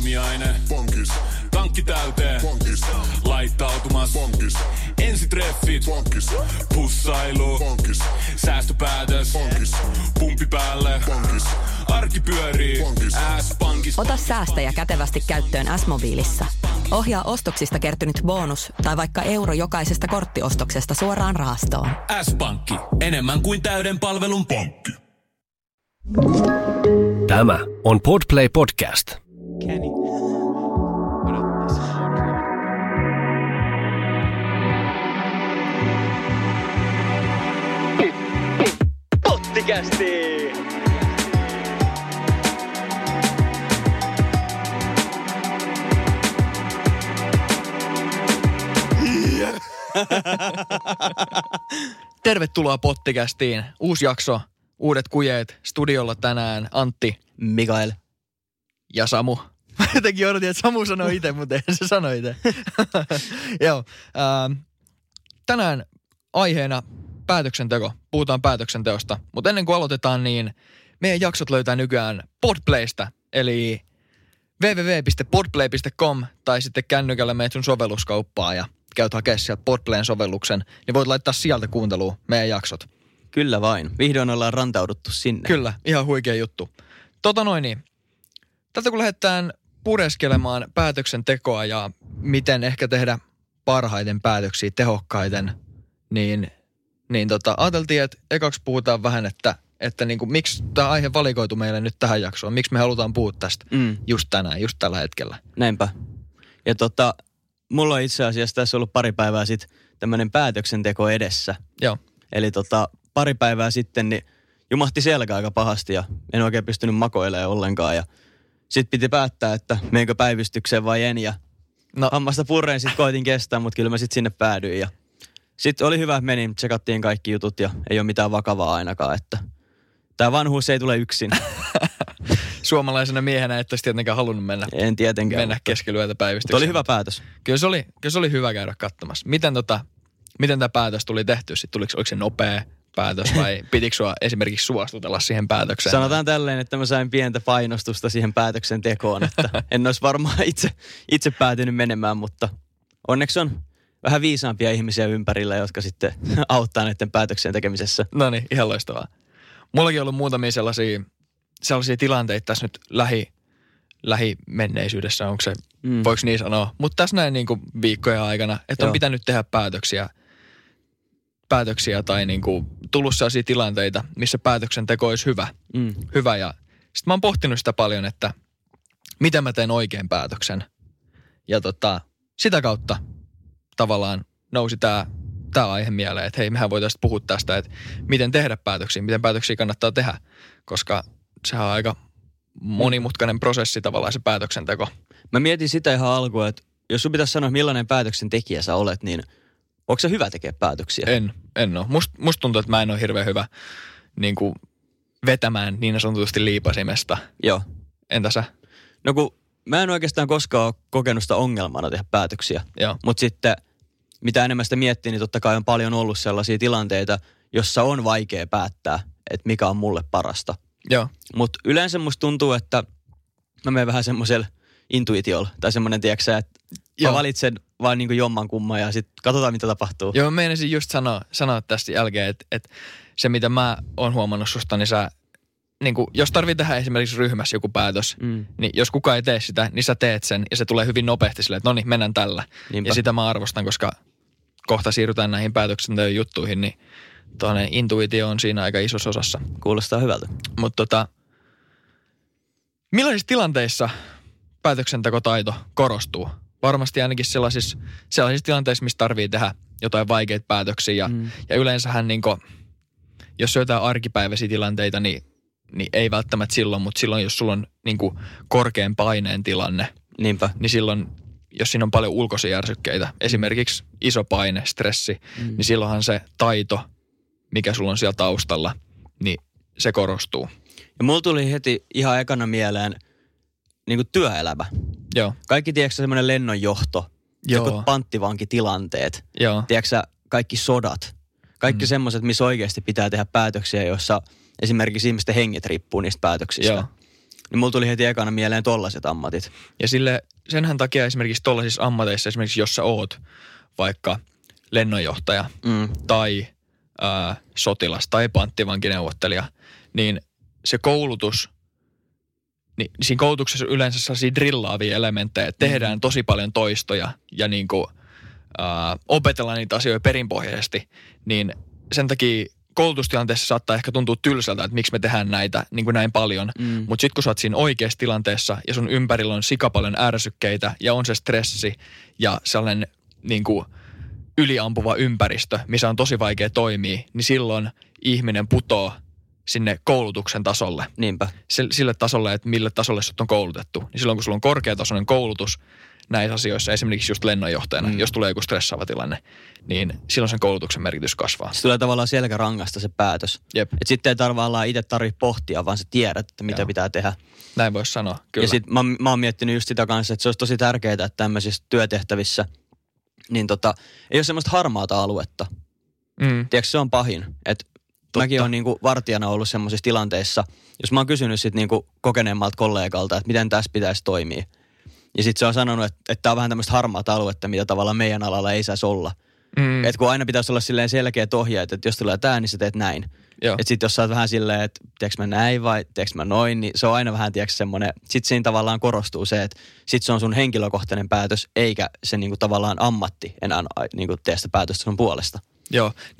Aamiaine. Bonkis. Tankki täyteen. Bonkis. Laittautumas. Bonkis. Ensitreffit. Bonkis. Pussailu. Bonkis. Säästöpäätös. Bonkis. Pumpi päälle. Bonkis. Arki pyörii. Bonkis. S-pankis. Ota säästäjä kätevästi käyttöön S-mobiilissa. Ohjaa ostoksista kertynyt bonus tai vaikka euro jokaisesta korttiostoksesta suoraan rahastoon. S-pankki. Enemmän kuin täyden palvelun pankki. Tämä on Podplay Podcast. Kenny. Pottikästi! Tervetuloa Pottikästiin. Uusi jakso, uudet kujeet. Studiolla tänään Antti, Mikael ja Samu. Mä jotenkin odotin, että Samu sanoi itse, mutta ei se sano itse. Joo. Tänään aiheena päätöksenteko. Puhutaan päätöksenteosta. Mutta ennen kuin aloitetaan, niin meidän jaksot löytää nykyään Podplaysta. Eli www.podplay.com tai sitten kännykällä meet sun sovelluskauppaa ja käyt hakea sieltä Podplayn sovelluksen, niin voit laittaa sieltä kuunteluun meidän jaksot. Kyllä vain. Vihdoin ollaan rantauduttu sinne. Kyllä, ihan huikea juttu. Tältä kun lähdetään pureskelemaan päätöksentekoa ja miten ehkä tehdä parhaiten päätöksiä tehokkaiten, niin ajateltiin, että ekaksi puhutaan vähän, että niin kuin, miksi tämä aihe valikoitu meille nyt tähän jaksoon. Miksi me halutaan puhua tästä just tänään, just tällä hetkellä. Näinpä. Ja mulla on itse asiassa tässä ollut pari päivää sitten tämmöinen päätöksenteko edessä. Joo. Eli pari päivää sitten niin jumahti selkä aika pahasti ja en oikein pystynyt makoilemaan ollenkaan. Ja sitten piti päättää, että menenkö päivystykseen vai en. Ja hammasta purreen sitten koitin kestää, mutta kyllä mä sitten sinne päädyin. Ja sitten oli hyvä, että menin, tsekattiin kaikki jutut ja ei ole mitään vakavaa ainakaan, että tämä vanhuus ei tule yksin. Suomalaisena miehenä et olisi tietenkään halunnut mennä. En tietenkään. Mennä keskiyötä päivystykseen. Mutta oli hyvä päätös. Kyllä se oli hyvä käydä katsomassa. Miten tämä päätös tuli tehty? Sitten oliko se nopea päätös vai pitikö sua esimerkiksi suostutella siihen päätökseen? Sanotaan tälleen, että mä sain pientä painostusta siihen päätöksentekoon, että en olisi varmaan itse päätynyt menemään, mutta onneksi on vähän viisaampia ihmisiä ympärillä, jotka sitten auttaa näiden päätöksien tekemisessä. No niin, ihan loistavaa. Mullakin on ollut muutamia sellaisia tilanteita tässä nyt lähimenneisyydessä, onko se, voiko niin sanoa. Mutta tässä näin niin kuin viikkojen aikana, että on pitänyt tehdä päätöksiä tai niin kuin tullut sellaisia tilanteita, missä päätöksenteko olisi hyvä. Ja sitten mä oon pohtinut sitä paljon, että miten mä teen oikein päätöksen. Ja sitä kautta tavallaan nousi tämä aihe mieleen, että hei, mehän voitaisiin puhua tästä, että miten tehdä päätöksiä, miten päätöksiä kannattaa tehdä, koska sehän on aika monimutkainen prosessi tavallaan se päätöksenteko. Mä mietin sitä ihan alkuun, että jos sun pitäisi sanoa, millainen päätöksentekijä sä olet, niin onko se hyvä tekee päätöksiä? En ole. Musta tuntuu, että mä en ole hirveän hyvä niin kuin vetämään niin sanotusti liipasimesta. Joo. Entä sä? No kun mä en oikeastaan koskaan ole kokenut sitä ongelmana tehdä päätöksiä. Joo. Mutta sitten mitä enemmän sitä miettii, niin totta kai on paljon ollut sellaisia tilanteita, jossa on vaikea päättää, että mikä on mulle parasta. Joo. Mutta yleensä musta tuntuu, että mä menen vähän semmoisella intuitiolla tai semmoinen, tiedätkö että mä valitsen vaan niin kuin jomman kumman ja sitten katsotaan, mitä tapahtuu. Joo, mä meinasin just sanoa tästä jälkeen, että se mitä mä oon huomannut susta, niin sä, niin kuin, jos tarvii tehdä esimerkiksi ryhmässä joku päätös, niin jos kukaan ei tee sitä, niin sä teet sen ja se tulee hyvin nopeasti silleen, että no niin, mennään tällä. Niinpä. Ja sitä mä arvostan, koska kohta siirrytään näihin päätöksenteon juttuihin, niin tuollainen intuitio on siinä aika isossa osassa. Kuulostaa hyvältä. Mutta millaisissa tilanteissa päätöksentekotaito korostuu? Varmasti ainakin sellaisissa tilanteissa, missä tarvii tehdä jotain vaikeita päätöksiä. Ja yleensähän, niin kun, jos on jotain arkipäiväisiä tilanteita, niin ei välttämättä silloin, mutta silloin, jos sulla on niin kun korkean paineen tilanne, niinpä, niin silloin, jos siinä on paljon ulkoisia järsykkeitä, esimerkiksi iso paine, stressi, niin silloinhan se taito, mikä sulla on siellä taustalla, niin se korostuu. Ja mulla tuli heti ihan ekana mieleen niin kuin työelämä. Joo. Kaikki, tiedätkö, semmoinen lennonjohto, jotkut panttivankitilanteet, tiedätkö, kaikki sodat, kaikki semmoiset, missä oikeasti pitää tehdä päätöksiä, joissa esimerkiksi ihmisten henget riippuu niistä päätöksistä. Joo. Niin mulla tuli heti ekana mieleen tollaiset ammatit. Ja senhän takia esimerkiksi tollaisissa ammateissa, esimerkiksi jos sä oot vaikka lennonjohtaja tai sotilas tai panttivankineuvottelija, niin se koulutus, niin siinä koulutuksessa yleensä sellaisia drillaavia elementtejä, että tehdään tosi paljon toistoja ja niin kuin, opetellaan niitä asioita perinpohjaisesti, niin sen takia koulutustilanteessa saattaa ehkä tuntua tylsältä, että miksi me tehdään näitä niin kuin näin paljon. Mutta sitten kun sä oot siinä oikeassa tilanteessa ja sun ympärillä on sikapaljon ärsykkeitä ja on se stressi ja sellainen niin kuin yliampuva ympäristö, missä on tosi vaikea toimia, niin silloin ihminen putoo sinne koulutuksen tasolle. Niinpä. Sille tasolle, että mille tasolle sut on koulutettu. Niin silloin kun sulla on korkeatasoinen koulutus näissä asioissa, esimerkiksi just lennonjohtajana, jos tulee joku stressaava tilanne, niin silloin sen koulutuksen merkitys kasvaa. Se tulee tavallaan selkärangasta se päätös. Jep. Et sitten ei tavallaan itse tarvitse pohtia, vaan sä tiedät, että mitä pitää tehdä. Näin voisi sanoa, kyllä. Ja sitten mä oon miettinyt just sitä kanssa, että se olisi tosi tärkeää, että tämmöisissä työtehtävissä niin ei ole semmoista harmaata aluetta. Tiedätkö, se on pahin. Että mäkin olen niinku vartijana ollut semmoisissa tilanteissa, jos mä oon kysynyt sit niinku kokeneemmalta kollegalta, että miten tässä pitäisi toimia. Ja sitten se on sanonut, että tämä on vähän tämmöistä harmaata aluetta, mitä tavallaan meidän alalla ei saisi olla. Että kun aina pitäisi olla silleen selkeät ohjeet, että jos tulee tää, niin sä teet näin. Että sitten jos sä oot vähän silleen, että teekö mä näin vai teekö mä noin, niin se on aina vähän, tiedätkö, semmoinen. Sitten siinä tavallaan korostuu se, että sit se on sun henkilökohtainen päätös, eikä se niinku tavallaan ammatti enää niinku tee sitä päätöstä sun puolesta. Joo, niin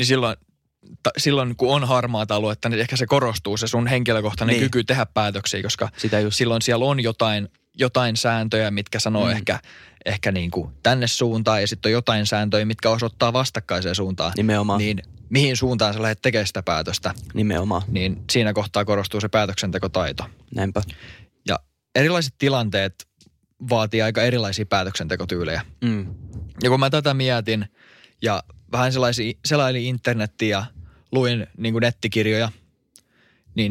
silloin kun on harmaata aluetta, niin ehkä se korostuu se sun henkilökohtainen kyky tehdä päätöksiä, koska silloin siellä on jotain sääntöjä, mitkä sanoo ehkä niin kuin tänne suuntaan ja sitten on jotain sääntöjä, mitkä osoittaa vastakkaiseen suuntaan. Nimenomaan. Niin mihin suuntaan sä lähdet tekemään sitä päätöstä. Nimenomaan. Niin siinä kohtaa korostuu se päätöksentekotaito. Näinpä. Ja erilaiset tilanteet vaatii aika erilaisia päätöksentekotyylejä. Ja kun mä tätä mietin ja vähän selailin internettiä ja luin niin kuin nettikirjoja, niin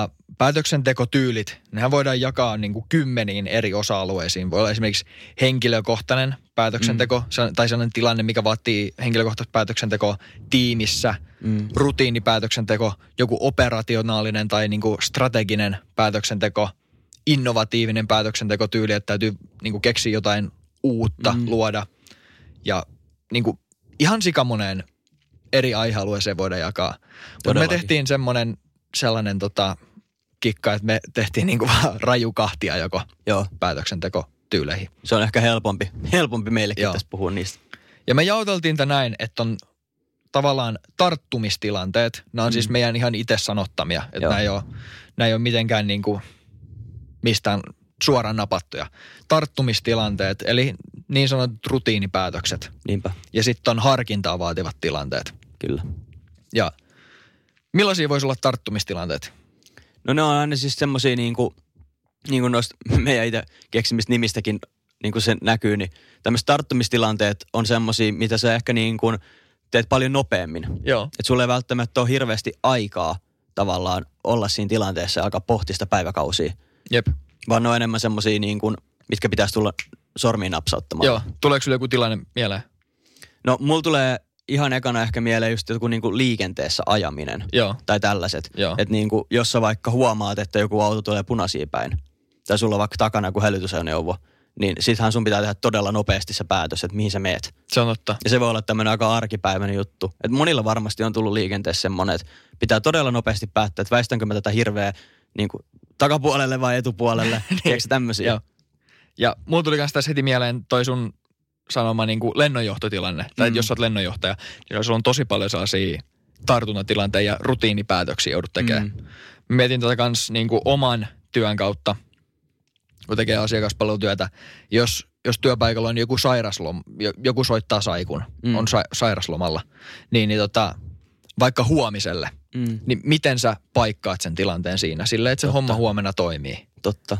päätöksentekotyylit, nehän voidaan jakaa niin kuin 10 eri osa-alueisiin. Voi olla esimerkiksi henkilökohtainen päätöksenteko tai sellainen tilanne, mikä vaatii henkilökohtaista päätöksentekoa tiimissä, rutiinipäätöksenteko, joku operationaalinen tai niin kuin strateginen päätöksenteko, innovatiivinen päätöksentekotyyli, että täytyy niin kuin keksiä jotain uutta, luoda ja niin kuin ihan sikamoneen eri aihealueeseen voidaan jakaa. Mutta me tehtiin sellainen kikka, että me tehtiin niinku vaan raju kahtia joko päätöksentekotyyleihin. Se on ehkä helpompi meillekin tässä puhua niistä. Ja me jaoteltiin tämän näin, että on tavallaan tarttumistilanteet. Nämä on siis meidän ihan itse sanottamia. Että nämä ei ole mitenkään niinku mistään suoraan napattuja. Tarttumistilanteet, eli niin sanotut rutiinipäätökset. Niinpä. Ja sitten on harkintaa vaativat tilanteet. Kyllä. Ja millaisia voisi olla tarttumistilanteet? No ne on aina siis semmosia niin kuin noista meidän itse keksimistä nimistäkin niin kuin se näkyy, niin tämmöiset tarttumistilanteet on semmosia, mitä sä ehkä niin kuin teet paljon nopeammin. Joo. Että sulla ei välttämättä ole hirveästi aikaa tavallaan olla siinä tilanteessa ja alkaa pohtia sitä päiväkausia. Jep. Vaan ne on enemmän semmosia niin kuin, mitkä pitäisi tulla sormiin napsauttamaan. Joo. Tuleeko sulla joku tilanne mieleen? No mulla tulee ihan ekana ehkä mieleen just joku niinku liikenteessä ajaminen. Joo. Tai tällaiset. Että niinku, jos sä vaikka huomaat, että joku auto tulee punaisiin päin, tai sulla on vaikka takana joku hälytysajoneuvo, niin sittenhän sun pitää tehdä todella nopeasti se päätös, että mihin sä meet. Se on totta. Ja se voi olla tämmöinen aika arkipäiväinen juttu. Että monilla varmasti on tullut liikenteessä semmoinen, että pitää todella nopeasti päättää, että väistänkö mä tätä hirveä niinku, takapuolelle vai etupuolelle. Tiedätkö tämmöisiä? Joo. Ja mulla tuli kanssa tässä heti mieleen toi sun sanoma niin kuin lennonjohtotilanne. Tai jos olet lennonjohtaja, niin sulla on tosi paljon sellaisia tartuntatilanteita ja rutiinipäätöksiä joudut tekemään. Mietin tätä kanssa niin kuin oman työn kautta, kun tekee asiakaspalvelutyötä. Jos työpaikalla on joku sairasloma, joku soittaa saikun, on sairaslomalla, niin vaikka huomiselle, niin miten sä paikkaat sen tilanteen siinä silleen, että se homma huomenna toimii. Totta.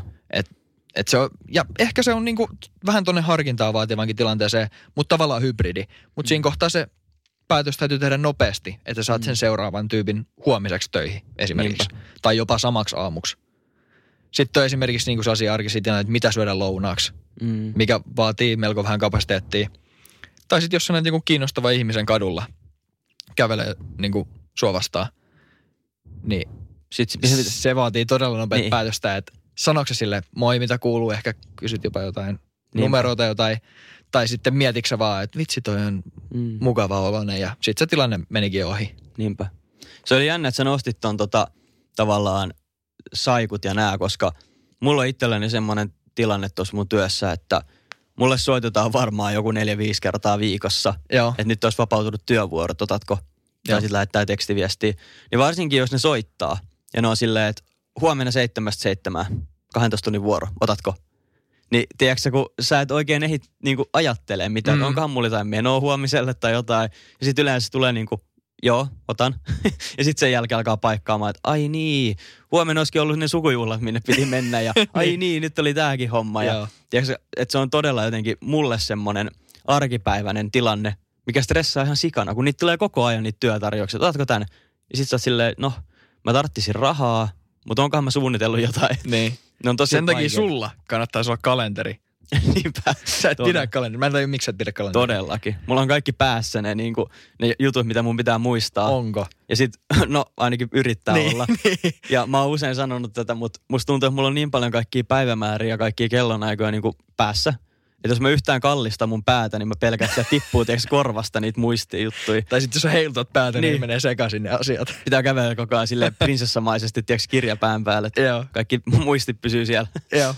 Et se on, ja ehkä se on niinku vähän tuonne harkintaa vaativankin tilanteeseen, mutta tavallaan hybridi. Mutta siinä kohtaa se päätös täytyy tehdä nopeasti, että saat sen seuraavan tyypin huomiseksi töihin esimerkiksi. Niinpä. Tai jopa samaksi aamuksi. Sitten on esimerkiksi niinku sellaisia arkisia tilanteita, että mitä syödä lounaaksi, mikä vaatii melko vähän kapasiteettia. Tai sitten jos sä näet niinku kiinnostava ihmisen kadulla kävelee niinku sua vastaan, niin se vaatii todella nopeaa päätöstä, että sanoiko se sille, moi mitä kuuluu, ehkä kysyt jopa jotain numeroita jotain, tai sitten mietitkö sä vaan, että vitsi toi on mukava oloinen ja sitten se tilanne menikin ohi. Niinpä. Se oli jännä, että sä nostit ton tavallaan saikut ja nää, koska mulla on itselläni semmoinen tilanne tuossa mun työssä, että mulle soitetaan varmaan joku 4-5 kertaa viikossa, että nyt olisi vapautunut työvuorot, otatko? Tai sitten lähettää tekstiviestiä. Niin varsinkin, jos ne soittaa ja ne on silleen, että huomenna 7-7, 12 tunnin vuoro, otatko? Niin tiedätkö kun sä et oikein ehdi niinku ajattelemaan mitään, että onkohan mulla jotain menoa huomiselle tai jotain. Ja sitten yleensä tulee niinku, joo, otan. Ja sitten sen jälkeen alkaa paikkaamaan, että ai niin, huomenna olisikin ollut ne sukujuhlat, minne piti mennä. Ja ai niin, nyt oli tääkin homma. Ja tiedätkö, että se on todella jotenkin mulle semmoinen arkipäiväinen tilanne, mikä stressaa ihan sikana, kun niitä tulee koko ajan niitä työtarjouksia. Otatko tän? Ja sit sä oot silleen, no, mä tarttisin rahaa, mutta onkohan mä suunnitellut jotain. Niin. Sen takia sulla kannattaisi olla kalenteri. Niinpä. Sä et pidä kalenteri. Mä en tiedä, miksi sä et pidä kalenteri. Todellakin. Mulla on kaikki päässä ne jutut, mitä mun pitää muistaa. Onko? Ja sit, no ainakin yrittää olla. Ja mä oon usein sanonut tätä, mutta musta tuntuu, että mulla on niin paljon kaikkia päivämääriä ja kaikkia kellonaikoja päässä. Että jos mä yhtään kallistan mun päätä, niin mä pelkään, että tippuu korvasta niitä muistijuttuja. Tai sitten jos sä heilutat päätä, niin menee sekaisin ne asiat. Pitää kävellä koko ajan silleen prinsessamaisesti, kirja pään päälle. Kaikki muistit pysyy siellä. Joo.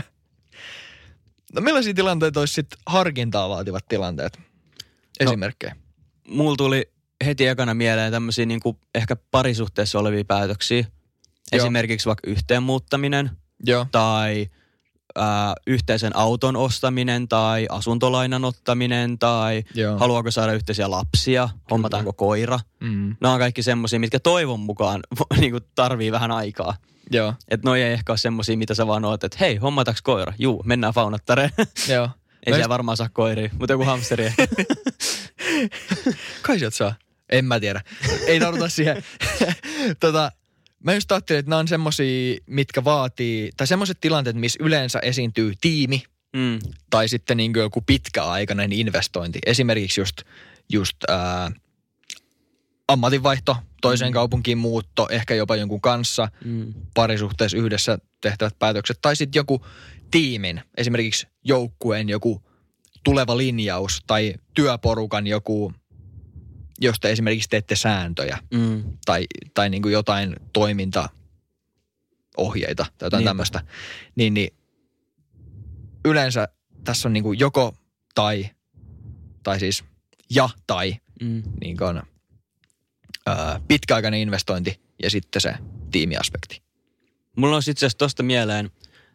No millaisia tilanteita olisi sitten harkintaa vaativat tilanteet? Esimerkkejä. No, mulla tuli heti ekana mieleen tämmöisiä ehkä parisuhteessa olevia päätöksiä. Esimerkiksi vaikka yhteen muuttaminen. Tai yhteisen auton ostaminen tai asuntolainan ottaminen tai haluaako saada yhteisiä lapsia, hommataanko koira. Nämä on kaikki semmoisia, mitkä toivon mukaan tarvii vähän aikaa. Että noi ei ehkä ole semmoisia, mitä sä vaan oot, että hei, hommataanko koira? Juu, mennään faunattareen. Ei siellä varmaan saa koiria, mutta joku hamsteri ehkä. Kai sieltä saa. En mä tiedä. Ei tarvita siihen. Mä just ajattelin, että nämä on semmosia, mitkä vaatii, tai semmoiset tilanteet, missä yleensä esiintyy tiimi, tai sitten niin kuin joku pitkäaikainen investointi. Esimerkiksi just ammatinvaihto, toiseen kaupunkiin muutto, ehkä jopa jonkun kanssa, parisuhteessa yhdessä tehtävät päätökset, tai sitten joku tiimin, esimerkiksi joukkueen joku tuleva linjaus, tai työporukan joku, jos te esimerkiksi teette sääntöjä tai niin kuin jotain toimintaohjeita tai jotain tämmöistä, niin yleensä tässä on niin kuin joko tai siis tai niin kuin, pitkäaikainen investointi ja sitten se tiimiaspekti. Mulla on itse asiassa tosta mieleen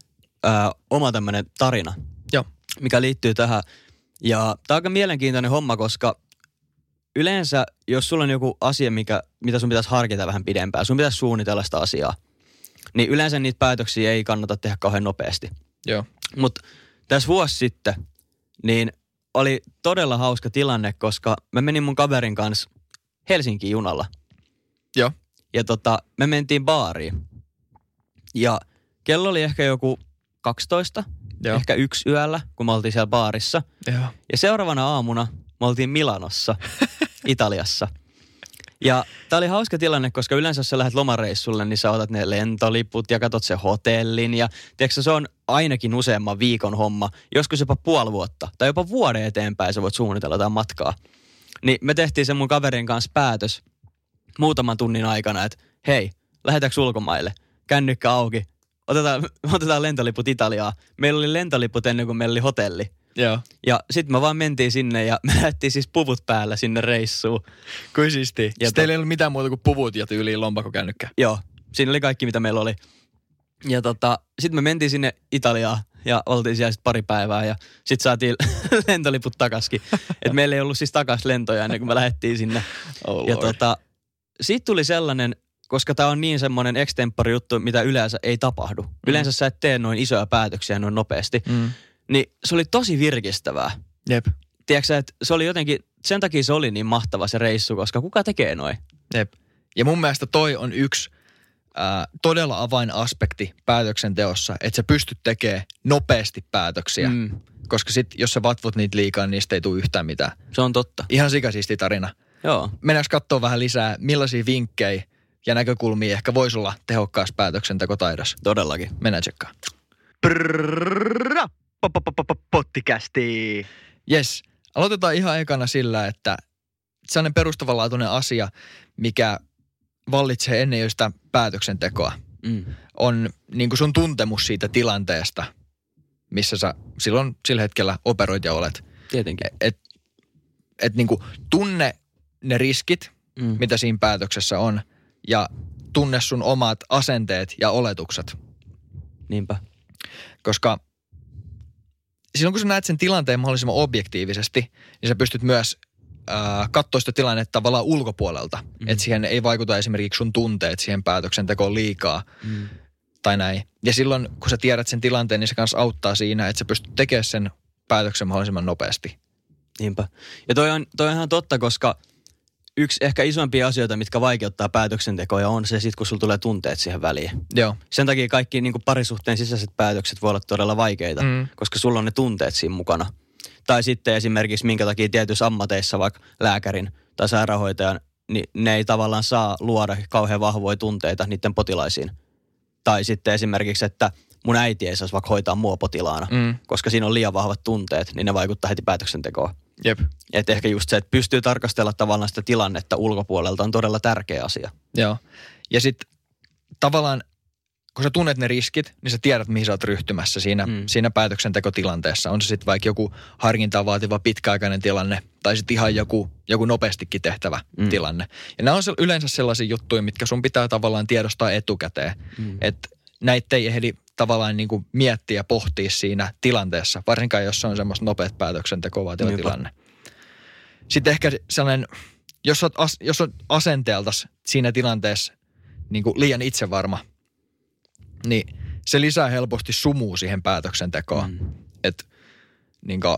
oma tämmöinen tarina, mikä liittyy tähän. Ja tää on aika mielenkiintoinen homma, koska yleensä, jos sulla on joku asia, mitä sun pitäisi harkita vähän pidempään, sun pitäisi suunnitella sitä asiaa, niin yleensä niitä päätöksiä ei kannata tehdä kauhean nopeasti. Mutta tässä vuosi sitten, niin oli todella hauska tilanne, koska mä menin mun kaverin kanssa Helsinkiin junalla. Ja me mentiin baariin. Ja kello oli ehkä joku 12, ehkä 1 yöllä, kun me oltiin siellä baarissa. Ja seuraavana aamuna me oltiin Milanossa, Italiassa. Ja tää oli hauska tilanne, koska yleensä jos sä lähdet lomareissulle, niin sä otat ne lentoliput ja katot se hotellin. Ja tiedätkö, se on ainakin useamman viikon homma, joskus jopa puoli vuotta tai jopa vuoden eteenpäin sä voit suunnitella jotain matkaa. Niin me tehtiin sen mun kaverin kanssa päätös muutaman tunnin aikana, että hei, lähdetäänkö ulkomaille? Kännykkä auki, otetaan lentoliput Italiaan. Meillä oli lentoliput ennen kuin meillä oli hotelli. Ja sitten me vaan mentiin sinne ja me lähdettiin siis puvut päällä sinne reissuun. Kuin siistiä. Teillä ei ollut mitään muuta kuin puvut ja tyyliin lompakkokännykkä. Joo, siinä oli kaikki mitä meillä oli. Ja sitten me mentiin sinne Italiaan ja oltiin siellä sitten pari päivää ja sitten saatiin lentoliput takaskin. Että meillä ei ollut siis takas lentoja ennen kuin me lähdettiin sinne. Ja siitä tuli sellainen, koska tämä on niin semmoinen extempore juttu, mitä yleensä ei tapahdu. Yleensä sä et tee noin isoja päätöksiä noin nopeasti. Niin se oli tosi virkistävää. Tiedätkö että se oli jotenkin, sen takia se oli niin mahtava se reissu, koska kuka tekee noin? Ja mun mielestä toi on yksi todella avainaspekti päätöksenteossa, että sä pystyt tekemään nopeasti päätöksiä. Koska sit, jos sä vatvut niitä liikaa, niin niistä ei tule yhtään mitään. Se on totta. Ihan sikasiisti tarina. Joo. Mennäänkö katsoa vähän lisää, millaisia vinkkejä ja näkökulmia ehkä voisi olla tehokkaassa päätöksentekotaidossa. Todellakin. Mennään tsekkaan. Pottikästi. Jes, aloitetaan ihan ekana sillä, että sellainen perustavanlaatuinen asia, mikä vallitsee ennen jo sitä päätöksentekoa, on niin kuin sun tuntemus siitä tilanteesta, missä sä silloin sillä hetkellä operoit ja olet. Tietenkin. Et niin kuin tunne ne riskit, mitä siinä päätöksessä on, ja tunne sun omat asenteet ja oletukset. Niinpä. Koska silloin kun sä näet sen tilanteen mahdollisimman objektiivisesti, niin sä pystyt myös katsoa sitä tilannetta tavallaan ulkopuolelta. Että siihen ei vaikuta esimerkiksi sun tunteet siihen päätöksentekoon liikaa tai näin. Ja silloin kun sä tiedät sen tilanteen, niin se kanssa auttaa siinä, että sä pystyt tekemään sen päätöksen mahdollisimman nopeasti. Niinpä. Ja toi on ihan totta, koska yksi ehkä isompia asioita, mitkä vaikeuttaa päätöksentekoa, on se sitten, kun sulla tulee tunteet siihen väliin. Joo. Sen takia kaikki niin kuin parisuhteen sisäiset päätökset voi olla todella vaikeita, koska sulla on ne tunteet siinä mukana. Tai sitten esimerkiksi minkä takia tietyissä ammateissa, vaikka lääkärin tai sairaanhoitajan, niin ne ei tavallaan saa luoda kauhean vahvoja tunteita niiden potilaisiin. Tai sitten esimerkiksi, että mun äiti ei saisi vaikka hoitaa mua potilaana, koska siinä on liian vahvat tunteet, niin ne vaikuttaa heti päätöksentekoon. Jep. Että ehkä just se, että pystyy tarkastella tavallaan sitä tilannetta ulkopuolelta on todella tärkeä asia. Joo. Ja sitten tavallaan, kun sä tunnet ne riskit, niin sä tiedät, mihin sä oot ryhtymässä siinä päätöksentekotilanteessa. On se sitten vaikka joku harkintaa vaativa pitkäaikainen tilanne tai sitten ihan joku nopeastikin tehtävä tilanne. Ja nämä on yleensä sellaisia juttuja, mitkä sun pitää tavallaan tiedostaa etukäteen. Että näitä ei ehdi tavallaan niin kuin miettiä ja pohtia siinä tilanteessa, varsinkaan jos se on semmoista nopeat päätöksentekoa vaativa tilanne. Sitten ehkä sellainen, jos on asenteeltas siinä tilanteessa niin kuin liian itsevarma, niin se lisää helposti sumua siihen päätöksentekoon. Että niin kuin,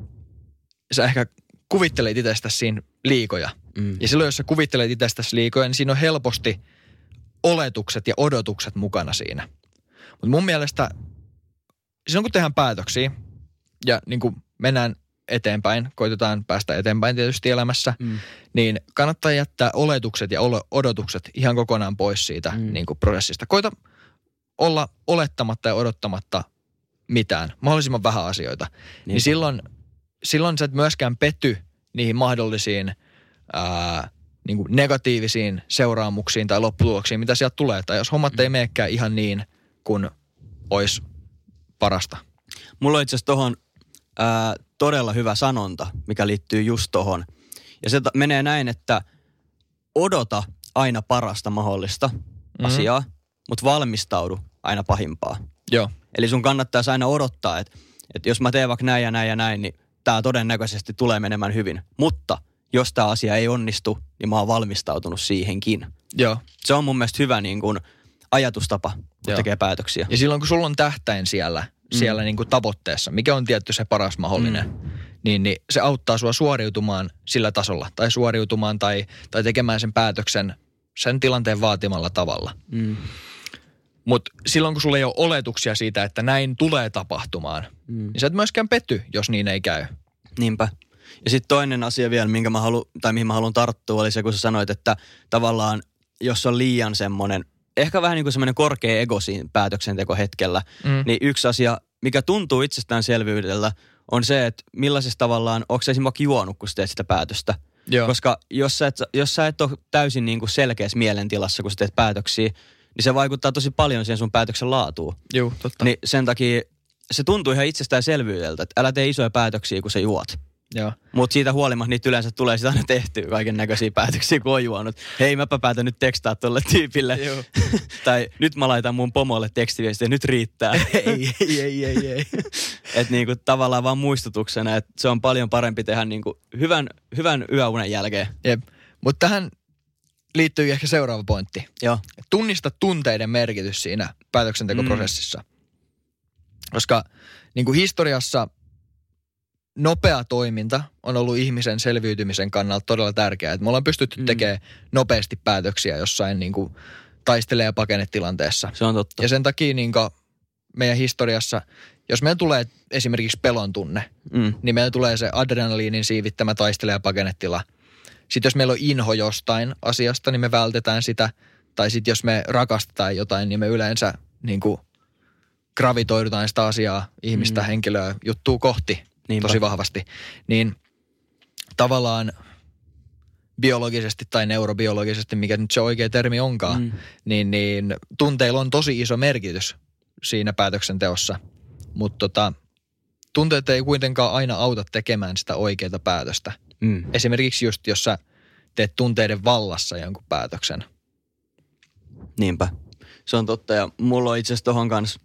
sä ehkä kuvittelet itsestäsi siinä liikoja. Ja silloin, jos sä kuvittelet itsestäsi liikoja, niin siinä on helposti oletukset ja odotukset mukana siinä. Mutta mun mielestä silloin, kun tehdään päätöksiä ja niin kuin mennään eteenpäin, koitetaan päästä eteenpäin tietysti elämässä, niin kannattaa jättää oletukset ja odotukset ihan kokonaan pois siitä niin kuin prosessista. Koita olla olettamatta ja odottamatta mitään, mahdollisimman vähän asioita. Niin silloin sä et myöskään petty niihin mahdollisiin niin kuin negatiivisiin seuraamuksiin tai lopputuloksiin, mitä sieltä tulee. Tai jos hommat ei menekään ihan niin, kuin olisi parasta. Mulla on itse asiassa tohon todella hyvä sanonta, mikä liittyy just tohon. Ja se menee näin, että odota aina parasta mahdollista asiaa, mutta valmistaudu aina pahimpaa. Joo. Eli sun kannattaisi aina odottaa, että jos mä teen vaikka näin ja näin ja näin, niin tää todennäköisesti tulee menemään hyvin. Mutta jos tää asia ei onnistu, niin mä oon valmistautunut siihenkin. Joo. Se on mun mielestä hyvä niin kuin ajatustapa, kun tekee päätöksiä. Ja silloin, kun sulla on tähtäin siellä niin kuin tavoitteessa, mikä on tietty se paras mahdollinen, niin se auttaa sua suoriutumaan sillä tasolla. Tai suoriutumaan tai tekemään sen päätöksen sen tilanteen vaatimalla tavalla. Mutta silloin, kun sulla ei ole oletuksia siitä, että näin tulee tapahtumaan, niin sä et myöskään petty, jos niin ei käy. Niinpä. Ja sitten toinen asia vielä, mihin mä haluan tarttua, oli se, kun sä sanoit, että tavallaan, jos on liian semmoinen, ehkä vähän niin kuin semmoinen korkea ego siinä päätöksentekohetkellä, niin yksi asia, mikä tuntuu itsestäänselvyydellä, on se, että millaisessa tavallaan, onko sä esimerkiksi juonut, kun sä teet sitä päätöstä. Joo. Koska jos sä et ole täysin niin kuin selkeässä mielentilassa, kun sä teet päätöksiä, niin se vaikuttaa tosi paljon siihen sun päätöksen laatuun. Joo, totta. Niin sen takia se tuntuu ihan itsestäänselvyydeltä, että älä tee isoja päätöksiä, kun sä juot. Mutta siitä huolimatta niitä yleensä tulee sitä aina tehtyä kaiken näköisiä päätöksiä, kun on juonut. Hei, mäpä päätän nyt tekstaa tolle tyypille. Tai nyt mä laitan mun pomolle tekstiviestiä, nyt riittää. ei. Että niinku tavallaan vaan muistutuksena, että se on paljon parempi tehdä niinku hyvän yöunen jälkeen. Jep. Mutta tähän liittyy ehkä seuraava pointti. Joo. Tunnista tunteiden merkitys siinä päätöksentekoprosessissa. Koska niin kuin historiassa nopea toiminta on ollut ihmisen selviytymisen kannalta todella tärkeää. Että me ollaan pystytty tekemään nopeasti päätöksiä jossain niin kuin taistele- ja pakenetilanteessa. Se on totta. Ja sen takia niin kuin meidän historiassa, jos meillä tulee esimerkiksi pelon tunne, niin meillä tulee se adrenaliinin siivittämä taistele- ja pakenetila. Sitten jos meillä on inho jostain asiasta, niin me vältetään sitä. Tai sitten jos me rakastetaan jotain, niin me yleensä niin kuin gravitoidutaan sitä asiaa, ihmistä, henkilöä, juttua kohti tosi vahvasti. Niin tavallaan biologisesti tai neurobiologisesti, mikä nyt se oikea termi onkaan, niin tunteilla on tosi iso merkitys siinä päätöksenteossa. Mutta tunteet ei kuitenkaan aina auta tekemään sitä oikeaa päätöstä. Esimerkiksi just, jos sä teet tunteiden vallassa jonkun päätöksen. Niinpä. Se on totta ja mulla on itse asiassa tohon kanssa,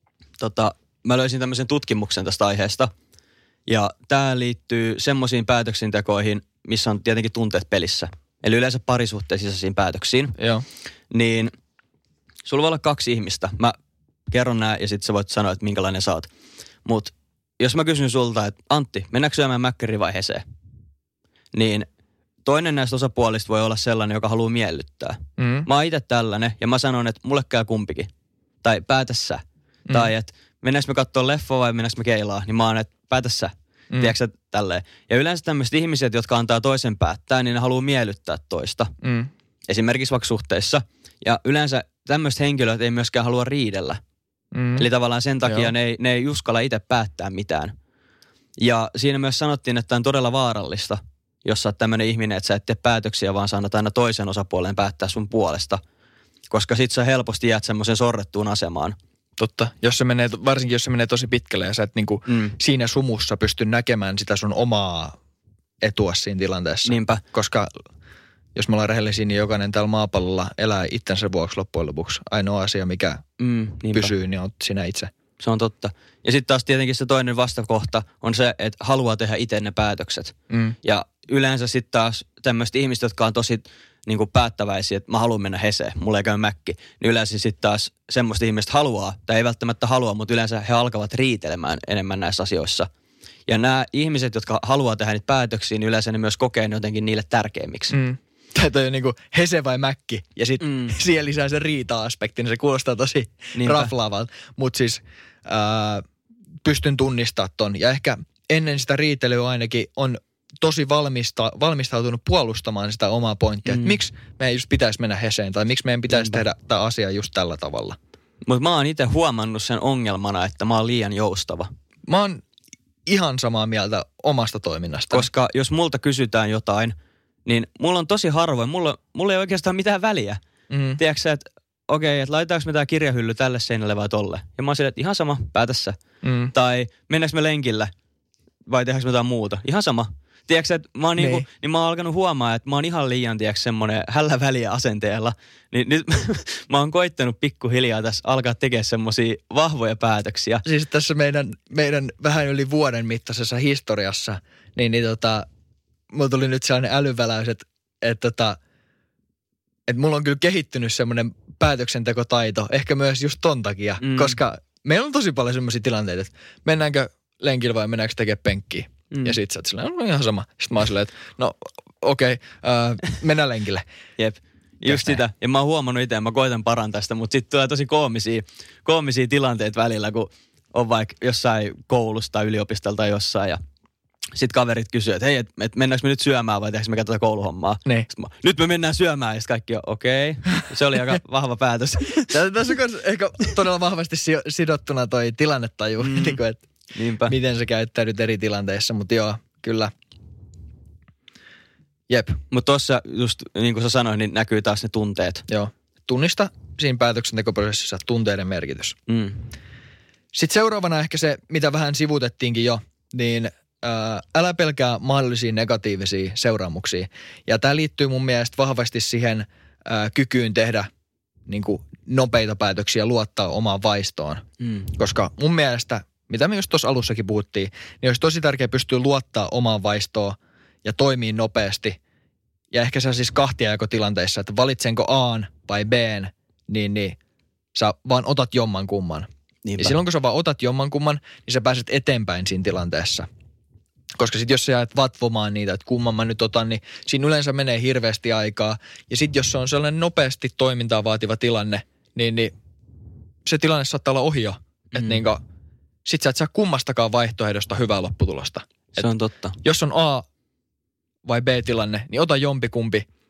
mä löysin tämmöisen tutkimuksen tästä aiheesta. Ja tää liittyy semmoisiin päätöksentekoihin, missä on tietenkin tunteet pelissä. Eli yleensä parisuhteen sisäisiin päätöksiin. Joo. Niin sulla voi olla 2 ihmistä. Mä kerron nää ja sit sä voit sanoa, että minkälainen sä oot. Mut jos mä kysyn sulta, että Antti, mennäänkö syömään mäkkäriä vai Heseen? Niin toinen näistä osapuolista voi olla sellainen, joka haluaa miellyttää. Mä oon itse tällainen ja mä sanon, että mulle käy kumpikin. Tai päätä sä. Tai että mennäänkö me katsoa leffoa vai mennäänkö me keilaa? Niin mä oon, että päätä sä. Tiedätkö tälleen? Ja yleensä tämmöiset ihmiset, jotka antaa toisen päättää, niin ne haluaa miellyttää toista. Esimerkiksi vaikka suhteissa. Ja yleensä tämmöiset henkilöt ei myöskään halua riidellä. Eli tavallaan sen takia ne ei uskalla itse päättää mitään. Ja siinä myös sanottiin, että on todella vaarallista, jos sä oot tämmöinen ihminen, että sä et tee päätöksiä, vaan sä annat aina toisen osapuolen päättää sun puolesta. Koska sit sä helposti jäät semmoisen sorrettuun asemaan. Totta. Varsinkin jos se menee tosi pitkälle ja sä et niinku siinä sumussa pysty näkemään sitä sun omaa etua siinä tilanteessa. Niinpä. Koska jos me ollaan rehellisiä, niin jokainen täällä maapallolla elää itsensä vuoksi loppujen lopuksi. Ainoa asia, mikä pysyy, niin on sinä itse. Se on totta. Ja sitten taas tietenkin se toinen vastakohta on se, että haluaa tehdä itse ne päätökset. Ja yleensä sitten taas tämmöiset ihmiset, jotka on tosi niin kuin päättäväisiä, että mä haluan mennä Heseen, mulla ei käy mäkki. Niin yleensä sitten taas semmoista ihmistä haluaa, tai ei välttämättä halua, mutta yleensä he alkavat riitelemään enemmän näissä asioissa. Ja nämä ihmiset, jotka haluaa tehdä niitä päätöksiä, niin yleensä ne myös kokee ne jotenkin niille tärkeimmiksi. Tämä on niin kuin Hese vai mäkki, ja sitten siihen lisää se riita-aspekti, niin se kuulostaa tosi raflaavalta. Mutta siis pystyn tunnistamaan ton, ja ehkä ennen sitä riitelyä ainakin on tosi valmistautunut puolustamaan sitä omaa pointtia, että miksi meidän just pitäisi mennä Heseen, tai miksi meidän pitäisi tehdä tämä asia just tällä tavalla. Mutta mä oon itse huomannut sen ongelmana, että mä oon liian joustava. Mä oon ihan samaa mieltä omasta toiminnasta. Koska jos multa kysytään jotain, niin mulla on tosi harvoin, mulla ei oikeastaan mitään väliä. Tiedätkö sä, että okei, että laitetaanko me tää kirjahylly tälle seinälle vai tolle? Ja mä oon silleen, että ihan sama, päätä sä. Tai mennäänkö me lenkillä vai tehdäänkö me jotain muuta? Ihan sama. Tiedätkö, että mä oon, niin mä oon alkanut huomaa, että mä oon ihan liian, tiedätkö, semmoinen hällä väliä asenteella. Niin nyt mä oon koittanut pikkuhiljaa tässä alkaa tekemään semmosia vahvoja päätöksiä. Siis tässä meidän vähän yli vuoden mittaisessa historiassa, niin mulla tuli nyt sellainen älyväläys, että mulla on kyllä kehittynyt semmoinen päätöksentekotaito, ehkä myös just ton takia, koska meillä on tosi paljon semmoisia tilanteita, että mennäänkö lenkillä vai mennäänkö tekemään penkkiä. Ja sit sä oot silleen, no ihan sama. Sitten mä oon silleen, että no okei, mennään lenkille. Jep, just sitä. Ja mä oon huomannut itse, mä koitan parantaa sitä, mutta sitten tulee tosi koomisia tilanteita välillä, kun on vaikka jossain koulussa tai yliopistolla tai jossain ja sitten kaverit kysyy, että hei, että mennäänkö me nyt syömään vai tehdäänkö me katsotaan kouluhommaa? Niin. Nyt me mennään syömään ja sitten kaikki on okei. Se oli aika vahva päätös. Tässä on ehkä todella vahvasti sidottuna toi tilannetaju, että miten sä käyttäydyt eri tilanteissa, mutta joo, kyllä. Jep. Mutta tuossa just niin kuin sä sanoin, niin näkyy taas ne tunteet. Joo. Tunnista siinä päätöksentekoprosessissa tunteiden merkitys. Sitten seuraavana ehkä se, mitä vähän sivutettiinkin jo, niin älä pelkää mahdollisia negatiivisia seuraamuksia. Ja tämä liittyy mun mielestä vahvasti siihen kykyyn tehdä niin kuin nopeita päätöksiä, luottaa omaan vaistoon. Koska mun mielestä, mitä me just tuossa alussakin puhuttiin, niin olisi tosi tärkeää pystyä luottaa omaan vaistoon ja toimii nopeasti. Ja ehkä se siis kahtiajakotilanteissa, että valitsenko A:n vai B:n, niin sä vaan otat jomman kumman. Niinpä. Ja silloin kun sä vaan otat jomman kumman, niin sä pääset eteenpäin siinä tilanteessa. Koska sitten jos sä jäät vatvomaan niitä, että kumman mä nyt otan, niin siinä yleensä menee hirveästi aikaa. Ja sitten jos se on sellainen nopeasti toimintaa vaativa tilanne, niin se tilanne saattaa olla ohi jo. Että sit sä et saa kummastakaan vaihtoehdosta hyvää lopputulosta. Se on totta. Jos on A vai B-tilanne, niin ota jompikumpi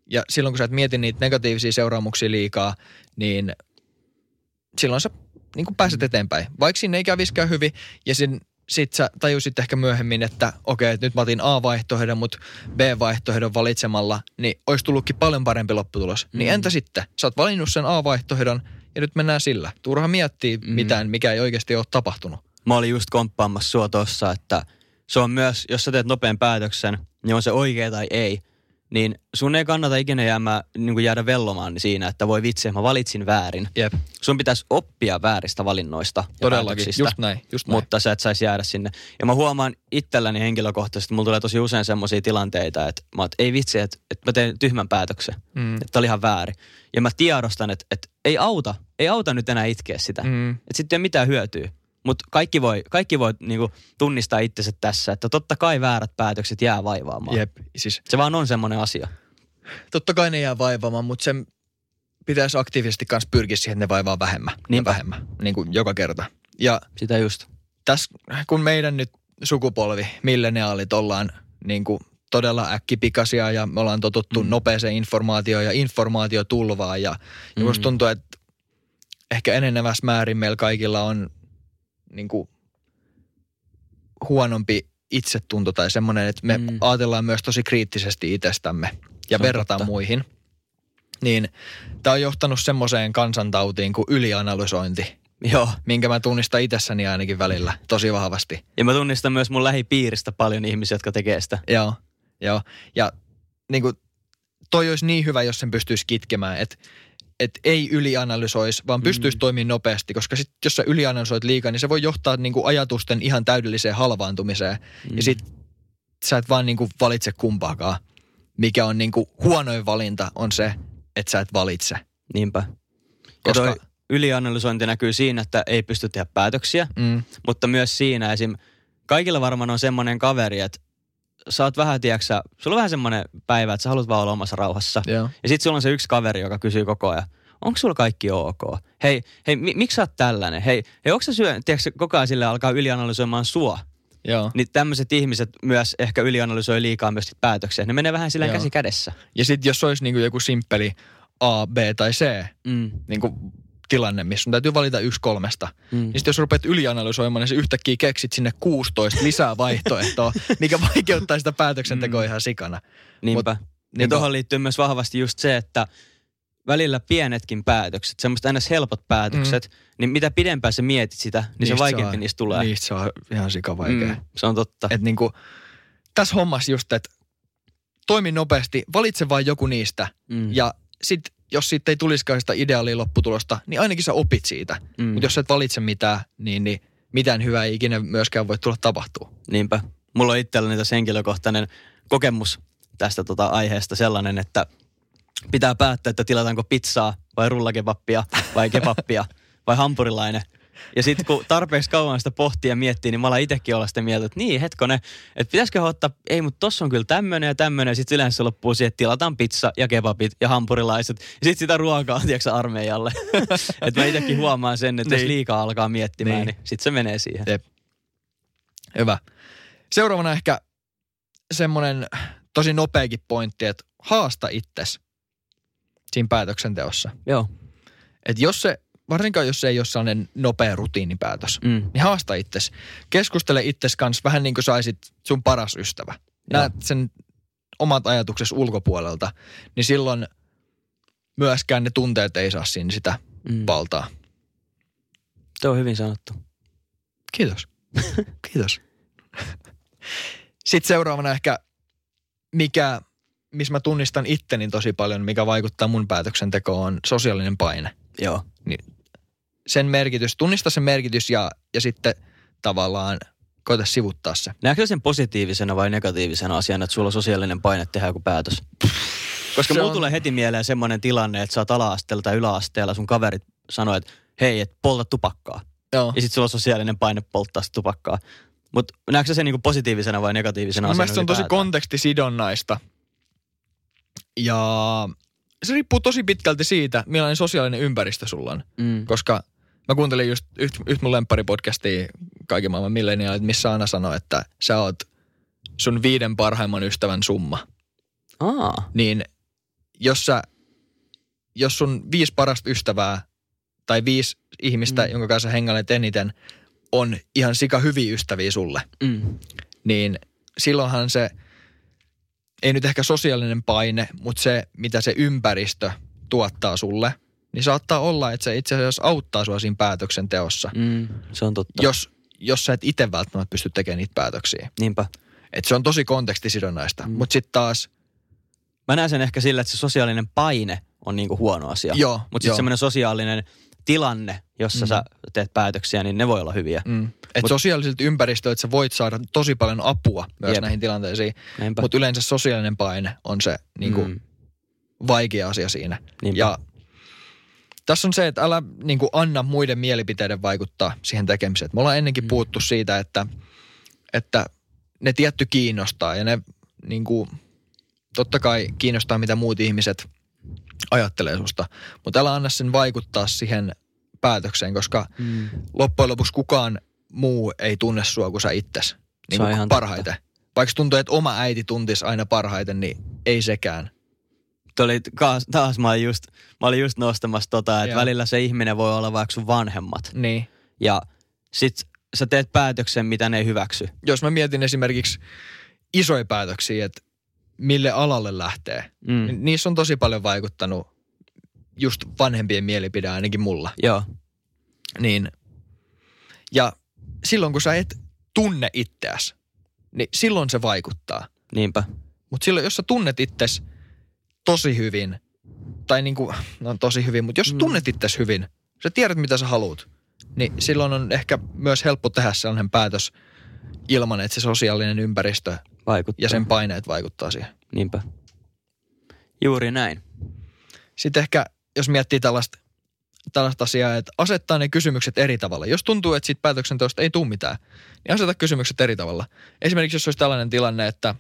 Ja silloin kun sä et mieti niitä negatiivisia seuraamuksia liikaa, niin silloin sä niin kuin pääset eteenpäin. Vaikka siinä ei käviskään hyvin ja sit sä tajusit ehkä myöhemmin, että okei, nyt mä otin A-vaihtoehdon, mutta B-vaihtoehdon valitsemalla, niin olisi tullutkin paljon parempi lopputulos. Niin entä sitten? Sä oot valinnut sen A-vaihtoehdon ja nyt mennään sillä. Turha miettiä mitään, mikä ei oikeasti ole tapahtunut. Mä olin just komppaamassa sua tossa, että se on myös, jos sä teet nopean päätöksen, niin on se oikea tai ei, niin sun ei kannata ikinä jäädä vellomaan siinä, että voi vitsi, mä valitsin väärin. Jep. Sun pitäisi oppia vääristä valinnoista ja todellakin, just näin. Mutta sä et saisi jäädä sinne. Ja mä huomaan itselläni henkilökohtaisesti, mulla tulee tosi usein semmoisia tilanteita, että ei vitsi, että mä teen tyhmän päätöksen, että oli ihan väärin. Ja mä tiedostan, että ei auta nyt enää itkeä sitä, että sitten ei ole mitään hyötyä. Mutta kaikki voi niinku tunnistaa itsensä tässä, että totta kai väärät päätökset jää vaivaamaan. Jep, siis se vaan on semmoinen asia. Totta kai ne jää vaivaamaan, mutta sen pitäisi aktiivisesti kanssa pyrkiä siihen, että ne vaivaa vähemmän. Vähemmän, niin kuin joka kerta. Ja sitä just. Tässä, kun meidän nyt sukupolvi, milleniaalit ollaan niin kuin todella äkkipikaisia ja me ollaan totuttu nopeeseen informaatioon ja informaatiotulvaan ja musta tuntuu, että ehkä enenevässä määrin meillä kaikilla on niin kuin huonompi itsetunto tai semmoinen, että me ajatellaan myös tosi kriittisesti itsestämme ja verrataan muihin. Niin tämä on johtanut semmoiseen kansantautiin kuin ylianalysointi. Joo. Minkä mä tunnistan itsessäni ainakin välillä tosi vahvasti. Ja mä tunnistan myös mun lähipiiristä paljon ihmisiä, jotka tekee sitä. Joo. Ja niin kuin toi olisi niin hyvä, jos sen pystyisi kitkemään, että ei ylianalysoisi, vaan pystyisi toimimaan nopeasti, koska sit, jos sä ylianalysoit liikaa, niin se voi johtaa niin kuin ajatusten ihan täydelliseen halvaantumiseen. Ja sit sä et vaan niin kuin valitse kumpaakaan. Mikä on niin kuin huonoin valinta on se, että sä et valitse. Niinpä. Koska ja toi ylianalysointi näkyy siinä, että ei pysty tehdä päätöksiä, mutta myös siinä esim. Kaikilla varmaan on semmoinen kaveri, että sä oot vähän, tiedäksä, sulla on vähän semmoinen päivä, että sä haluat vaan olla omassa rauhassa. Joo. Ja sit sulla on se yksi kaveri, joka kysyy koko ajan, onko sulla kaikki ok? Hei, miksi sä oot tällainen? Hei, onko sä tiedätkö, koko ajan sille alkaa ylianalysoimaan sua? Joo. Niin tämmöiset ihmiset myös ehkä ylianalysoi liikaa myös päätöksiä. Ne menee vähän silleen käsi kädessä. Ja sit jos olisi niinku joku simppeli A, B tai C, niinku tilanne, missä sun täytyy valita 1 3. Niin sit jos rupeat ylianalysoimaan, niin se yhtäkkiä keksit sinne 16 lisää vaihtoehtoa, mikä vaikeuttaa sitä päätöksentekoa ihan sikana. Niinpä. Ja tuohon liittyy myös vahvasti just se, että välillä pienetkin päätökset, semmoiset aina helpot päätökset, niin mitä pidempään sä mietit sitä, niin se vaikeampi niistä tulee. Niistä se on ihan sikavaikea. Se on totta. Että niinku, tässä hommassa just, että toimi nopeasti, valitse vain joku niistä ja sit jos siitä ei tulisikaan sitä ideaalia lopputulosta, niin ainakin sä opit siitä. Mutta jos sä et valitse mitään, niin mitään hyvää ei ikinä myöskään voi tulla tapahtua. Niinpä. Mulla on itselläni tässä henkilökohtainen kokemus tästä aiheesta sellainen, että pitää päättää, että tilataanko pizzaa vai rullakebappia vai kebappia vai hampurilainen. Ja sitten kun tarpeeksi kauan sitä pohtii ja miettii, niin mä alan itsekin olla sitä mieltä, että niin hetkonen, että pitäisikö ottaa, ei mutta tossa on kyllä tämmönen ja tämmönen. Ja sitten yleensä se loppuu siihen, että tilataan pizza ja kebabit ja hampurilaiset. Ja sitten sitä ruokaa, tiedätkö armeijalle. Että mä itsekin huomaan sen, että jos liikaa alkaa miettimään, niin sitten se menee siihen. Jep. Hyvä. Seuraavana ehkä semmoinen tosi nopeakin pointti, että haasta itsesi siinä päätöksenteossa. Joo. Että varsinkaan jos se ei ole sellainen nopea rutiinipäätös, niin haasta itsesi. Keskustele itsesi kanssa vähän niin kuin saisit sun paras ystävä. Näet sen omat ajatuksesi ulkopuolelta, niin silloin myöskään ne tunteet ei saa siinä sitä valtaa. Se on hyvin sanottu. Kiitos. Kiitos. Sitten seuraavana ehkä, missä mä tunnistan itteni tosi paljon, mikä vaikuttaa mun päätöksentekoon, on sosiaalinen paine. Joo. Niin sen merkitys, tunnista sen merkitys ja sitten tavallaan koita sivuttaa se. Näetkö sen positiivisena vai negatiivisena asiana, että sulla on sosiaalinen paine tehdä joku päätös? Koska mulla tulee heti mieleen semmoinen tilanne, että sä oot ala-asteella tai yläasteella, sun kaverit sanoo, että hei, et polta tupakkaa. Joo. Ja sit sulla on sosiaalinen paine polttaa sitä tupakkaa. Mutta näetkö sen niinku positiivisena vai negatiivisena asiana? Mielestäni se on tosi kontekstisidonnaista. Ja se riippuu tosi pitkälti siitä, millainen sosiaalinen ympäristö sulla on. Koska mä kuuntelin just yhtä mun lempparipodcastia kaiken maailman milleniaalit, missä Anna sanoi, että sä oot sun 5 parhaimman ystävän summa. Aa. Niin jos sun 5 parasta ystävää tai 5 ihmistä, jonka kanssa hengailet eniten, on ihan sika hyviä ystäviä sulle, niin silloinhan se, ei nyt ehkä sosiaalinen paine, mutta se, mitä se ympäristö tuottaa sulle, niin saattaa olla, että se itse asiassa auttaa sua siinä päätöksenteossa. Se on totta. Jos sä et itse välttämättä pysty tekemään niitä päätöksiä. Niinpä. Että se on tosi kontekstisidonnaista. Mutta sitten taas... Mä näen sen ehkä sillä, että se sosiaalinen paine on niinku huono asia. Joo. Mutta sitten semmoinen sosiaalinen tilanne, jossa sä teet päätöksiä, niin ne voi olla hyviä. Että sosiaalisilta ympäristöiltä sä voit saada tosi paljon apua myös näihin tilanteisiin. Mutta yleensä sosiaalinen paine on se niinku vaikea asia siinä. Niinpä. Ja tässä on se, että älä niinku anna muiden mielipiteiden vaikuttaa siihen tekemiseen. Me ollaan ennenkin puhuttu siitä, että ne tietty kiinnostaa ja ne niinku, totta kai kiinnostaa, mitä muut ihmiset ajattelee susta. Mutta älä anna sen vaikuttaa siihen päätökseen, koska loppujen lopuksi kukaan muu ei tunne sua kuin sä itses niin kuin parhaiten. Totta. Vaikka tuntuu, että oma äiti tuntisi aina parhaiten, niin ei sekään. Taas mä olin just nostamassa että välillä se ihminen voi olla vaikka sun vanhemmat. Niin. Ja sit sä teet päätöksen, mitä ne ei hyväksy. Jos mä mietin esimerkiksi isoja päätöksiä, että mille alalle lähtee, niin niissä on tosi paljon vaikuttanut just vanhempien mielipide ainakin mulla. Joo. Niin. Ja silloin kun sä et tunne itseäsi, niin silloin se vaikuttaa. Niinpä. Mutta silloin, jos sä tunnet itsesi tosi hyvin, tai niinku, no tosi hyvin, mutta jos sä tunnet itsesi hyvin, sä tiedät mitä sä haluat, niin silloin on ehkä myös helppo tehdä sellainen päätös ilman, että se sosiaalinen ympäristö vaikuttaa. Ja sen paineet vaikuttaa siihen. Niinpä. Juuri näin. Sitten ehkä, jos miettii tällaista asiaa, että asettaa ne kysymykset eri tavalla. Jos tuntuu, että siitä päätöksenteosta ei tule mitään, niin aseta kysymykset eri tavalla. Esimerkiksi jos olisi tällainen tilanne, että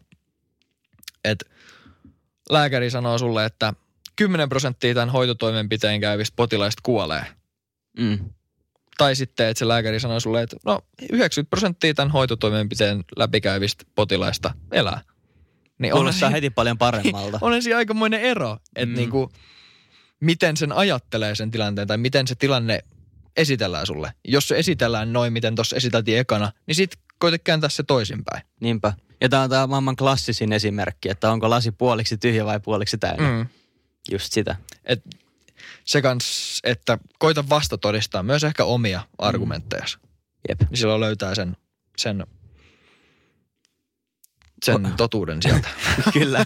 lääkäri sanoo sulle, että 10% tämän hoitotoimenpiteen käyvistä potilaista kuolee. Tai sitten, että se lääkäri sanoo sulle, että no 90% tämän hoitotoimenpiteen läpikäyvistä potilaista elää. Niin kuulostaa heti paljon paremmalta. On siinä aikamoinen ero, että niinku, miten sen ajattelee sen tilanteen tai miten se tilanne esitellään sulle. Jos se esitellään noin, miten tuossa esiteltiin ekana, niin sit koita kääntää se toisinpäin. Niinpä. Ja tämä on tämä maailman klassisin esimerkki, että onko lasi puoliksi tyhjä vai puoliksi täynnä. Just sitä. Se kans, että koita vastatodistaa myös ehkä omia argumentteja. Jep. Niin silloin löytää sen totuuden sieltä. Kyllä.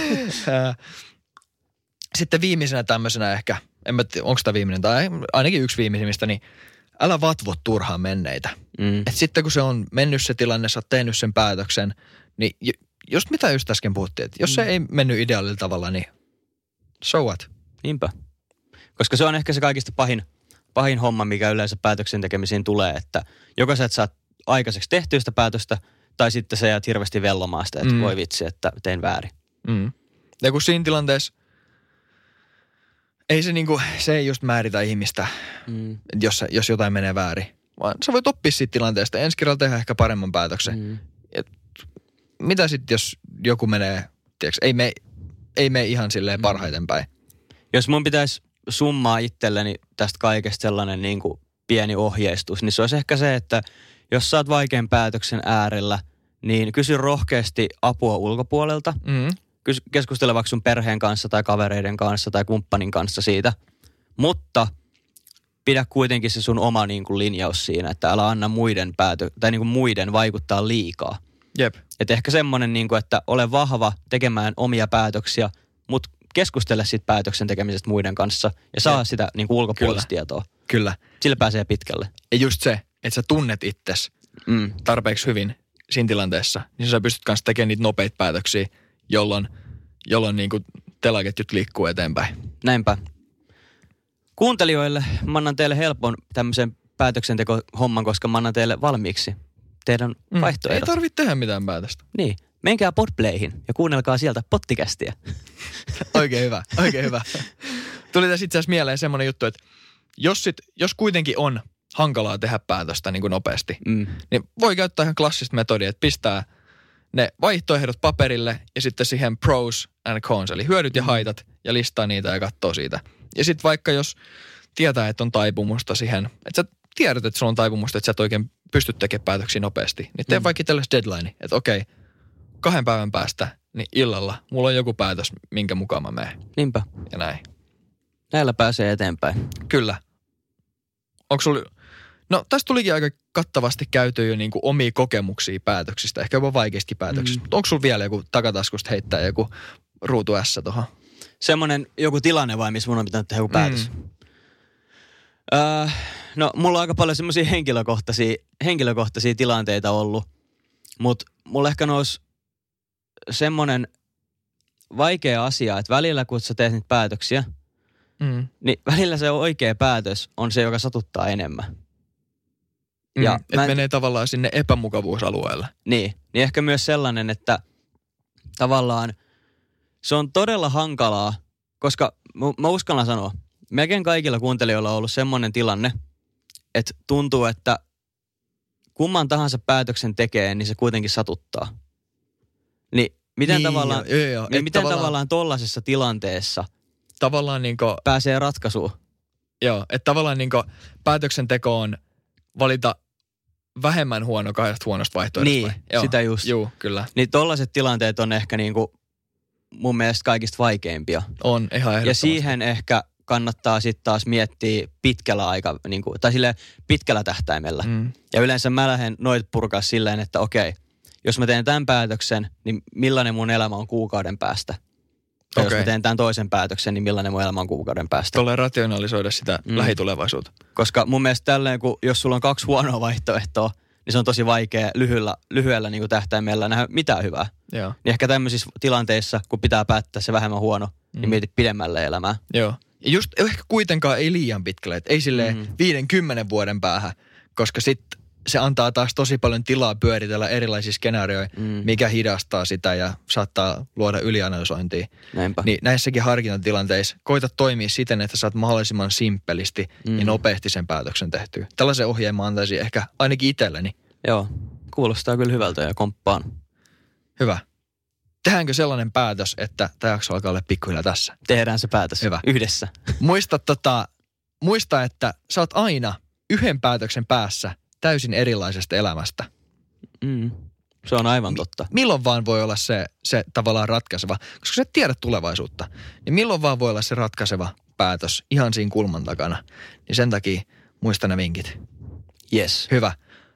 Sitten viimeisenä tämmöisenä ehkä, en mä tiedä, onko tämä viimeinen tai ainakin yksi viimeisimmistä, niin älä vatvo turhaan menneitä. Et sitten kun se on mennyt se tilanne, sä oot tehnyt sen päätöksen, niin just mitä just äsken puhuttiin, että jos se ei mennyt ideaalilla tavalla, niin so what? Niinpä. Koska se on ehkä se kaikista pahin homma, mikä yleensä päätöksen tekemisiin tulee, että joko sä et saa aikaiseksi tehtyä sitä päätöstä, tai sitten sä jäät hirveästi vellomaan sitä, että voi vitsi, että tein väärin. Ja kun siinä tilanteessa, se ei just määritä ihmistä, jos jotain menee väärin. Vaan sä voit oppia siitä tilanteesta. Ensi kerralla tehdä ehkä paremman päätöksen. Mitä sitten, jos joku menee, tiedätkö, ei mene ihan silleen parhaiten päin. Jos mun pitäisi summaa itselleni tästä kaikesta sellainen niin kuin pieni ohjeistus, niin se olisi ehkä se, että jos sä oot vaikean päätöksen äärellä, niin kysy rohkeasti apua ulkopuolelta. Keskustele vaikka sun perheen kanssa tai kavereiden kanssa tai kumppanin kanssa siitä. Mutta pidä kuitenkin se sun oma niin kuin linjaus siinä, että älä anna muiden muiden vaikuttaa liikaa. Jep. Et ehkä semmoinen, niin kuin, että ole vahva tekemään omia päätöksiä, mutta keskustele siitä päätöksen tekemisestä muiden kanssa ja saa sitä niin kuin ulkopuolista tietoa. Kyllä. Sillä pääsee pitkälle. Ja just se, että sä tunnet itsesi tarpeeksi hyvin siinä tilanteessa, niin sä pystyt kanssa tekemään niitä nopeita päätöksiä, jolloin niin kuin telaketjut liikkuu eteenpäin. Näinpä. Kuuntelijoille mä annan teille helpon tämmöisen päätöksenteko-homman, koska mä annan teille valmiiksi teidän vaihtoehdot. Ei tarvitse tehdä mitään päätöstä. Niin. Menkää Podplayhin ja kuunnelkaa sieltä pottikästiä. Oikein hyvä, oikein hyvä. Tuli tässä itse asiassa mieleen semmoinen juttu, että jos kuitenkin on hankalaa tehdä päätöstä niin kuin nopeasti, niin voi käyttää ihan klassista metodia, että pistää ne vaihtoehdot paperille ja sitten siihen pros and cons, eli hyödyt ja haitat, ja listaa niitä ja katsoo siitä. Ja sitten vaikka jos tietää, että on taipumusta siihen, että sä tiedät, että sulla on taipumusta, että sä et oikein pysty tekemään päätöksiä nopeasti, niin tee vaikka tällaisen deadline, että okei, 2 päivän päästä, niin illalla mulla on joku päätös, minkä mukaan mä menen. Niinpä. Ja näin. Näillä pääsee eteenpäin. Kyllä. Onko sulla... No tästä tulikin aika kattavasti käyty jo niinku omia kokemuksia päätöksistä, ehkä jopa vaikeistakin päätöksistä. Mutta onko sulla vielä joku takataskusta heittää joku ruutu S tuohon? Semmoinen joku tilanne vai, missä mun on pitänyt tehdä joku päätös? No mulla on aika paljon semmoisia henkilökohtaisia tilanteita ollut, mutta mulla ehkä nousi semmoinen vaikea asia, että välillä kun sä teet niitä päätöksiä, niin välillä se oikea päätös on se, joka satuttaa enemmän. Että menee tavallaan sinne epämukavuusalueelle. Niin ehkä myös sellainen, että tavallaan se on todella hankalaa, koska mä uskallan sanoa, melkein kaikilla kuuntelijoilla on ollut semmoinen tilanne, että tuntuu, että kumman tahansa päätöksen tekee, niin se kuitenkin satuttaa. Niin miten tavallaan tollaisessa tilanteessa tavallaan pääsee ratkaisuun? Joo, että tavallaan päätöksenteko on valita vähemmän huono 2 huonosta vaihtoehdosta. Niin, sitä just. Joo, kyllä. Niin tollaiset tilanteet on ehkä mun mielestä kaikista vaikeimpia. On, ihan ehdottomasti. Ja siihen ehkä kannattaa sitten taas miettiä pitkällä tähtäimellä. Ja yleensä mä lähden noit purkaa silleen, että okei, jos mä teen tämän päätöksen, niin millainen mun elämä on kuukauden päästä? Ja jos mä teen tämän toisen päätöksen, niin millainen mun elämä on kuukauden päästä? Tulee rationalisoida sitä lähitulevaisuutta. Koska mun mielestä tälleen, jos sulla on 2 huonoa vaihtoehtoa, niin se on tosi vaikea lyhyellä tähtäimellä nähdä mitään hyvää. Joo. Niin ehkä tämmöisissä tilanteissa, kun pitää päättää se vähemmän huono, niin mieti pidemmälle elämää. Joo. Ja just ehkä kuitenkaan ei liian pitkälle, että ei silleen 5-10 vuoden päähän, koska sitten se antaa taas tosi paljon tilaa pyöritellä erilaisia skenaarioja, mikä hidastaa sitä ja saattaa luoda ylianalysointia. Näinpä. Niin näissäkin harkintatilanteissa koita toimia siten, että saat mahdollisimman simppelisti ja nopeasti sen päätöksen tehtyä. Tällaisen ohjeen mä antaisin ehkä ainakin itselleni. Joo, kuulostaa kyllä hyvältä ja komppaan. Hyvä. Tehdäänkö sellainen päätös, että tämä jakso alkaa olla pikkuhiljaa tässä? Tehdään se päätös. Hyvä. Yhdessä. Muista, että sä oot aina yhden päätöksen päässä täysin erilaisesta elämästä. Se on aivan totta. Milloin vaan voi olla se tavallaan ratkaiseva, koska sä et tiedä tulevaisuutta, niin milloin vaan voi olla se ratkaiseva päätös ihan siinä kulman takana. Niin sen takia muista nämä vinkit. Yes. Hyvä.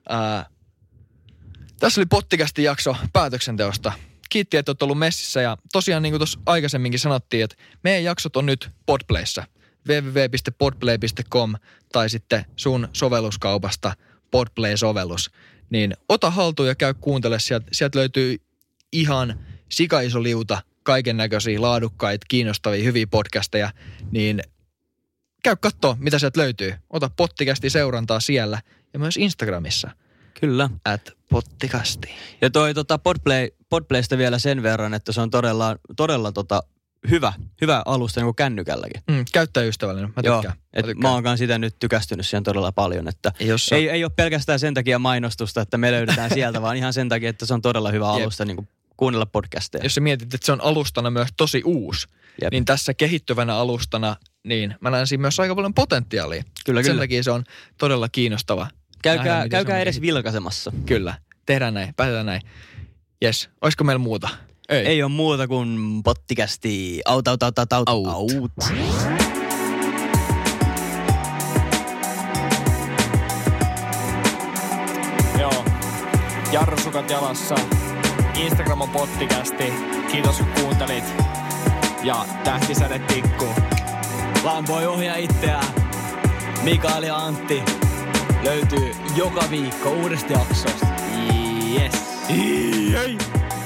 Tässä oli Pottikästin jakso päätöksenteosta. Kiitti, että oot ollut messissä ja tosiaan niin kuin tuossa aikaisemminkin sanottiin, että meidän jaksot on nyt Podplayssä. www.podplay.com tai sitten sun sovelluskaupasta Podplay-sovellus. Niin ota haltuun ja käy kuuntele. Sieltä löytyy ihan sikaiso liuta kaiken näköisiä laadukkaita, kiinnostavia, hyviä podcasteja. Niin käy kattoo, mitä sieltä löytyy. Ota Pottikästi seurantaa siellä ja myös Instagramissa. Kyllä. @pottikasti. Ja toi Podplaysta vielä sen verran, että se on todella hyvä alusta niin kuin kännykälläkin. Käyttäjäystävällinen, mä tykkään. Mä oonkaan sitä nyt tykästynyt siihen todella paljon, että ei ole pelkästään sen takia mainostusta, että me löydetään sieltä, vaan ihan sen takia, että se on todella hyvä alusta niin kuin kuunnella podcasteja. Jos sä mietit, että se on alustana myös tosi uusi, niin tässä kehittyvänä alustana, niin mä näen siinä myös aika paljon potentiaalia. Kyllä. Sen takia se on todella kiinnostava. Käykää edes vilkaisemassa. Kyllä, tehdään näin, päätetään näin. Jes, olisiko meillä muuta? Ei ole muuta kuin Pottikästi. Out. Joo, jarrusukat jalassa. Instagram on Pottikästi. Kiitos kun kuuntelit. Ja tähtisäde tikku. Lampoi ohjaa itseään. Mikael ja Antti löytyy joka viikko uudesta jaksosta. Yes. Hei.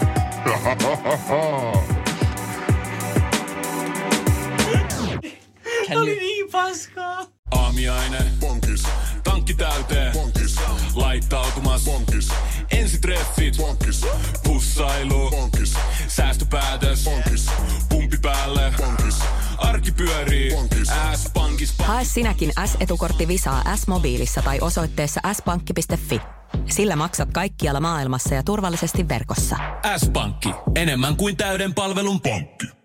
Oli niin paskaa. Aamiainen. Bonkis. Tankki täyteen. Bonkis. Laittautumas. Bonkis. Ensitreffit. Bonkis. Pussailu. Bonkis. Säästöpäätös. Bonkis. Pumpi päälle. Bonkis. Arki pyörii. Bonkis. S-pankis. Hae sinäkin S-etukortti Visaa S-mobiilissa tai osoitteessa s-pankki.fi. Sillä maksat kaikkialla maailmassa ja turvallisesti verkossa. S-pankki. Enemmän kuin täyden palvelun pankki.